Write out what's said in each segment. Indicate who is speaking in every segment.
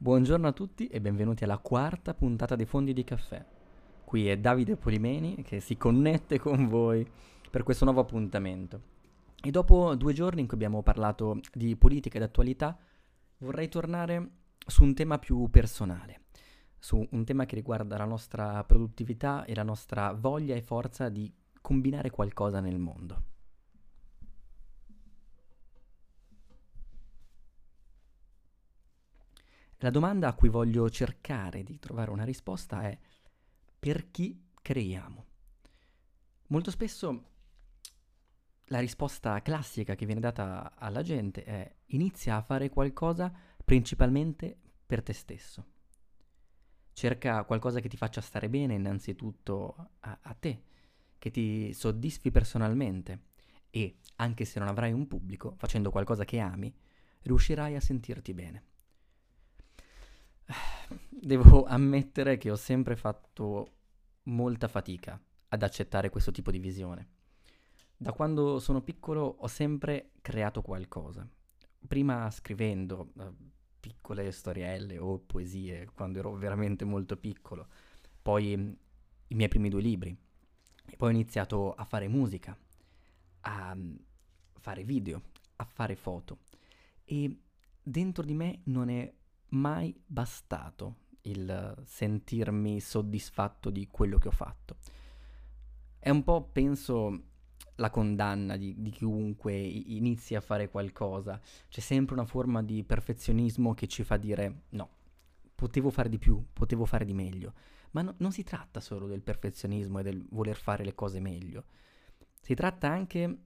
Speaker 1: Buongiorno a tutti e benvenuti alla quarta puntata dei Fondi di Caffè. Qui è Davide Polimeni che si connette con voi per questo nuovo appuntamento. E dopo 2 giorni in cui abbiamo parlato di politica ed attualità, vorrei tornare su un tema più personale, su un tema che riguarda la nostra produttività e la nostra voglia e forza di combinare qualcosa nel mondo. La domanda a cui voglio cercare di trovare una risposta è: per chi creiamo? Molto spesso la risposta classica che viene data alla gente è: inizia a fare qualcosa principalmente per te stesso. Cerca qualcosa che ti faccia stare bene innanzitutto a te, che ti soddisfi personalmente e, anche se non avrai un pubblico, facendo qualcosa che ami, riuscirai a sentirti bene. Devo ammettere che ho sempre fatto molta fatica ad accettare questo tipo di visione. Da quando sono piccolo ho sempre creato qualcosa. Prima scrivendo piccole storielle o poesie quando ero veramente molto piccolo, poi i miei primi 2 libri, e poi ho iniziato a fare musica, a fare video, a fare foto e dentro di me non è mai bastato il sentirmi soddisfatto di quello che ho fatto. È un po', penso, la condanna di chiunque inizi a fare qualcosa. C'è sempre una forma di perfezionismo che ci fa dire no, potevo fare di più, potevo fare di meglio. Ma non si tratta solo del perfezionismo e del voler fare le cose meglio. Si tratta anche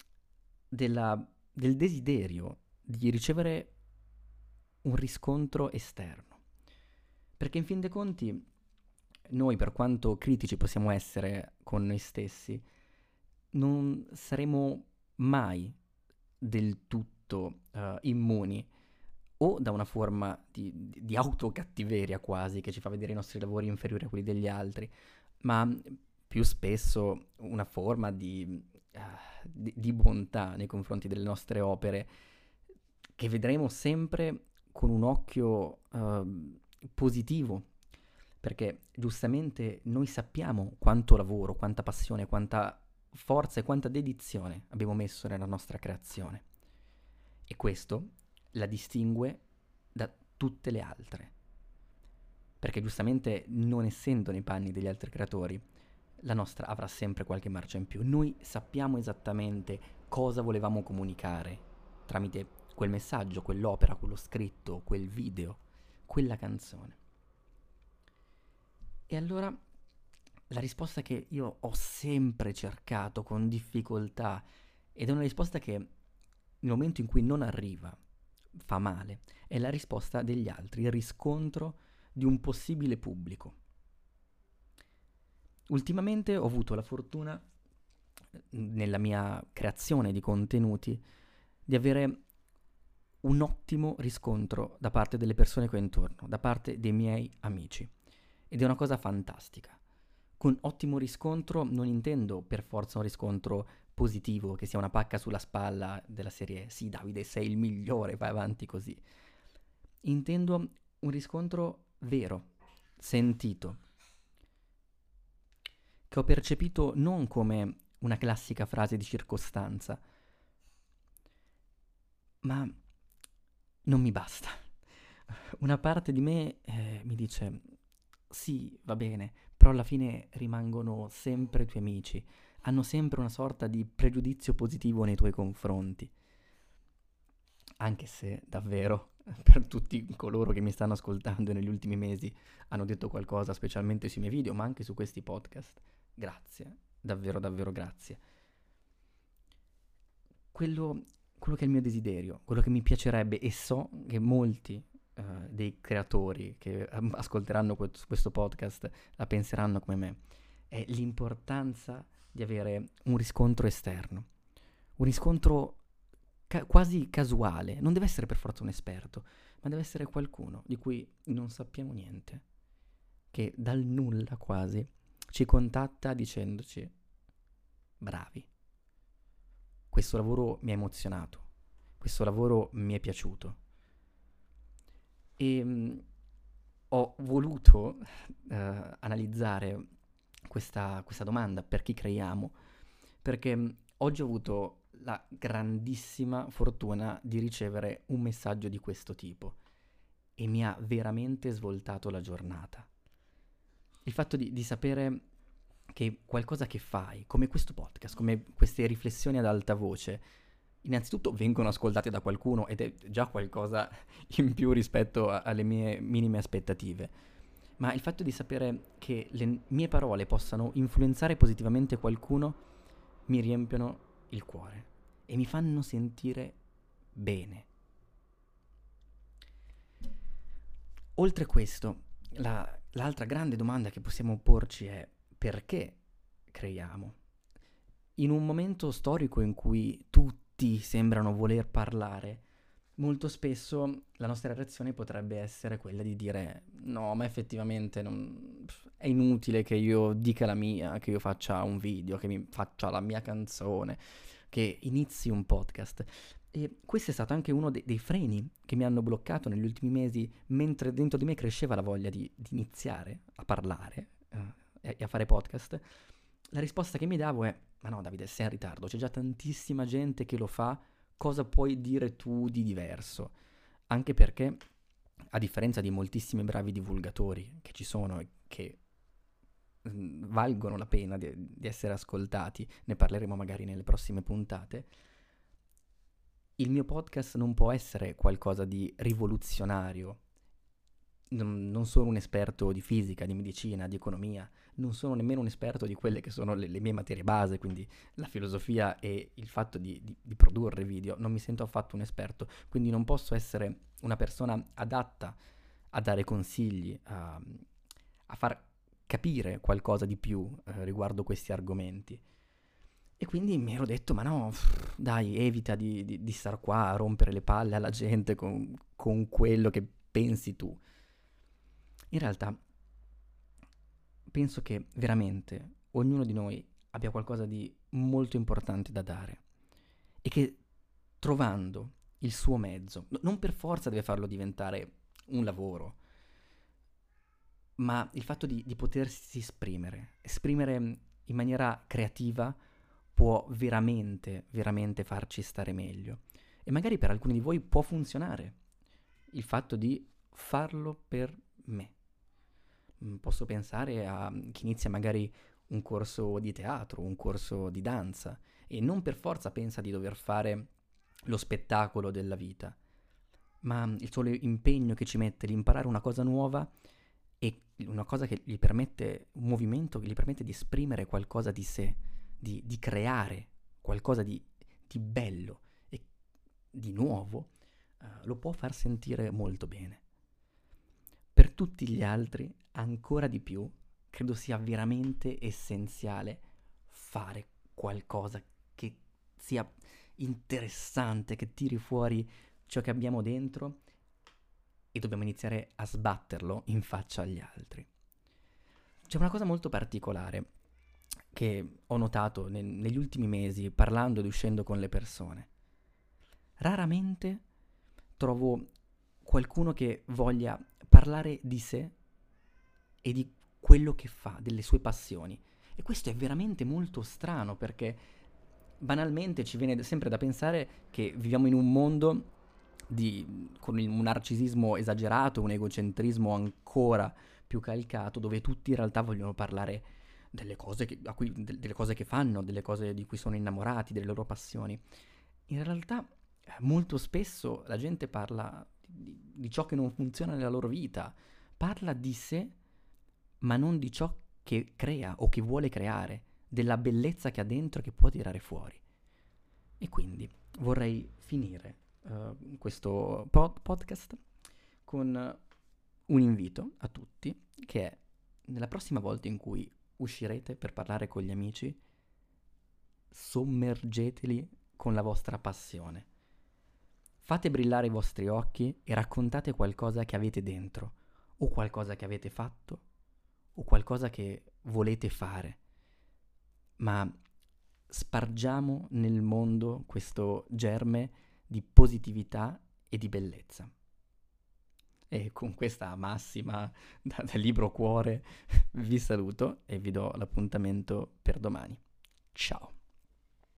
Speaker 1: del desiderio di ricevere un riscontro esterno. Perché in fin dei conti, noi, per quanto critici possiamo essere con noi stessi, non saremo mai del tutto immuni o da una forma di autocattiveria quasi che ci fa vedere i nostri lavori inferiori a quelli degli altri, ma più spesso una forma di bontà nei confronti delle nostre opere che vedremo sempre con un occhio positivo, perché giustamente noi sappiamo quanto lavoro, quanta passione, quanta forza e quanta dedizione abbiamo messo nella nostra creazione. E questo la distingue da tutte le altre. Perché giustamente, non essendo nei panni degli altri creatori, la nostra avrà sempre qualche marcia in più. Noi sappiamo esattamente cosa volevamo comunicare tramite quel messaggio, quell'opera, quello scritto, quel video, quella canzone. E allora la risposta che io ho sempre cercato con difficoltà, ed è una risposta che nel momento in cui non arriva fa male, è la risposta degli altri, il riscontro di un possibile pubblico. Ultimamente ho avuto la fortuna, nella mia creazione di contenuti, di avere un ottimo riscontro da parte delle persone che ho intorno, da parte dei miei amici. Ed è una cosa fantastica. Con ottimo riscontro non intendo per forza un riscontro positivo, che sia una pacca sulla spalla della serie sì Davide sei il migliore, vai avanti così. Intendo un riscontro vero, sentito, che ho percepito non come una classica frase di circostanza, ma non mi basta. Una parte di me mi dice sì, va bene, però alla fine rimangono sempre tuoi amici, hanno sempre una sorta di pregiudizio positivo nei tuoi confronti. Anche se davvero, per tutti coloro che mi stanno ascoltando negli ultimi mesi hanno detto qualcosa, specialmente sui miei video, ma anche su questi podcast, grazie, davvero davvero grazie. Quello che è il mio desiderio, quello che mi piacerebbe, e so che molti dei creatori che ascolteranno questo podcast la penseranno come me, è l'importanza di avere un riscontro esterno, un riscontro quasi casuale, non deve essere per forza un esperto, ma deve essere qualcuno di cui non sappiamo niente, che dal nulla quasi ci contatta dicendoci bravi, questo lavoro mi ha emozionato, questo lavoro mi è piaciuto. E ho voluto analizzare questa domanda, per chi creiamo, perché oggi ho avuto la grandissima fortuna di ricevere un messaggio di questo tipo e mi ha veramente svoltato la giornata. Il fatto di sapere che qualcosa che fai, come questo podcast, come queste riflessioni ad alta voce, innanzitutto vengono ascoltate da qualcuno ed è già qualcosa in più rispetto alle mie minime aspettative. Ma il fatto di sapere che le mie parole possano influenzare positivamente qualcuno mi riempiono il cuore e mi fanno sentire bene. Oltre questo, l'altra grande domanda che possiamo porci è: perché creiamo? In un momento storico in cui tutti sembrano voler parlare, molto spesso la nostra reazione potrebbe essere quella di dire: no, ma effettivamente è inutile che io dica la mia, che io faccia un video, che mi faccia la mia canzone, che inizi un podcast. E questo è stato anche uno dei freni che mi hanno bloccato negli ultimi mesi, mentre dentro di me cresceva la voglia di iniziare a parlare e a fare podcast. La risposta che mi davo è: ma no Davide, sei in ritardo, c'è già tantissima gente che lo fa, cosa puoi dire tu di diverso? Anche perché, a differenza di moltissimi bravi divulgatori che ci sono e che valgono la pena di essere ascoltati, ne parleremo magari nelle prossime puntate, il mio podcast non può essere qualcosa di rivoluzionario. Non sono un esperto di fisica, di medicina, di economia, non sono nemmeno un esperto di quelle che sono le mie materie base, quindi la filosofia e il fatto di produrre video. Non mi sento affatto un esperto, quindi non posso essere una persona adatta a dare consigli, a far capire qualcosa di più riguardo questi argomenti. E quindi mi ero detto: ma no, dai, evita di star qua a rompere le palle alla gente con quello che pensi tu. In realtà penso che veramente ognuno di noi abbia qualcosa di molto importante da dare e che trovando il suo mezzo, non per forza deve farlo diventare un lavoro, ma il fatto di potersi esprimere in maniera creativa può veramente, veramente farci stare meglio. E magari per alcuni di voi può funzionare il fatto di farlo per me. Posso pensare a chi inizia magari un corso di teatro, un corso di danza e non per forza pensa di dover fare lo spettacolo della vita, ma il solo impegno che ci mette di imparare una cosa nuova e una cosa che gli permette, un movimento che gli permette di esprimere qualcosa di sé, di creare qualcosa di bello e di nuovo, lo può far sentire molto bene. Per tutti gli altri, ancora di più, credo sia veramente essenziale fare qualcosa che sia interessante, che tiri fuori ciò che abbiamo dentro e dobbiamo iniziare a sbatterlo in faccia agli altri. C'è una cosa molto particolare che ho notato negli ultimi mesi parlando ed uscendo con le persone. Raramente trovo qualcuno che voglia parlare di sé e di quello che fa, delle sue passioni. E questo è veramente molto strano perché banalmente ci viene sempre da pensare che viviamo in un mondo con un narcisismo esagerato, un egocentrismo ancora più calcato, dove tutti in realtà vogliono parlare delle cose delle cose che fanno, delle cose di cui sono innamorati, delle loro passioni. In realtà molto spesso la gente parla di ciò che non funziona nella loro vita, parla di sé, ma non di ciò che crea o che vuole creare, della bellezza che ha dentro e che può tirare fuori. E quindi vorrei finire questo podcast con un invito a tutti, che è: nella prossima volta in cui uscirete per parlare con gli amici, sommergeteli con la vostra passione. Fate brillare i vostri occhi e raccontate qualcosa che avete dentro, o qualcosa che avete fatto, o qualcosa che volete fare. Ma spargiamo nel mondo questo germe di positività e di bellezza. E con questa massima da libro cuore vi saluto e vi do l'appuntamento per domani. Ciao!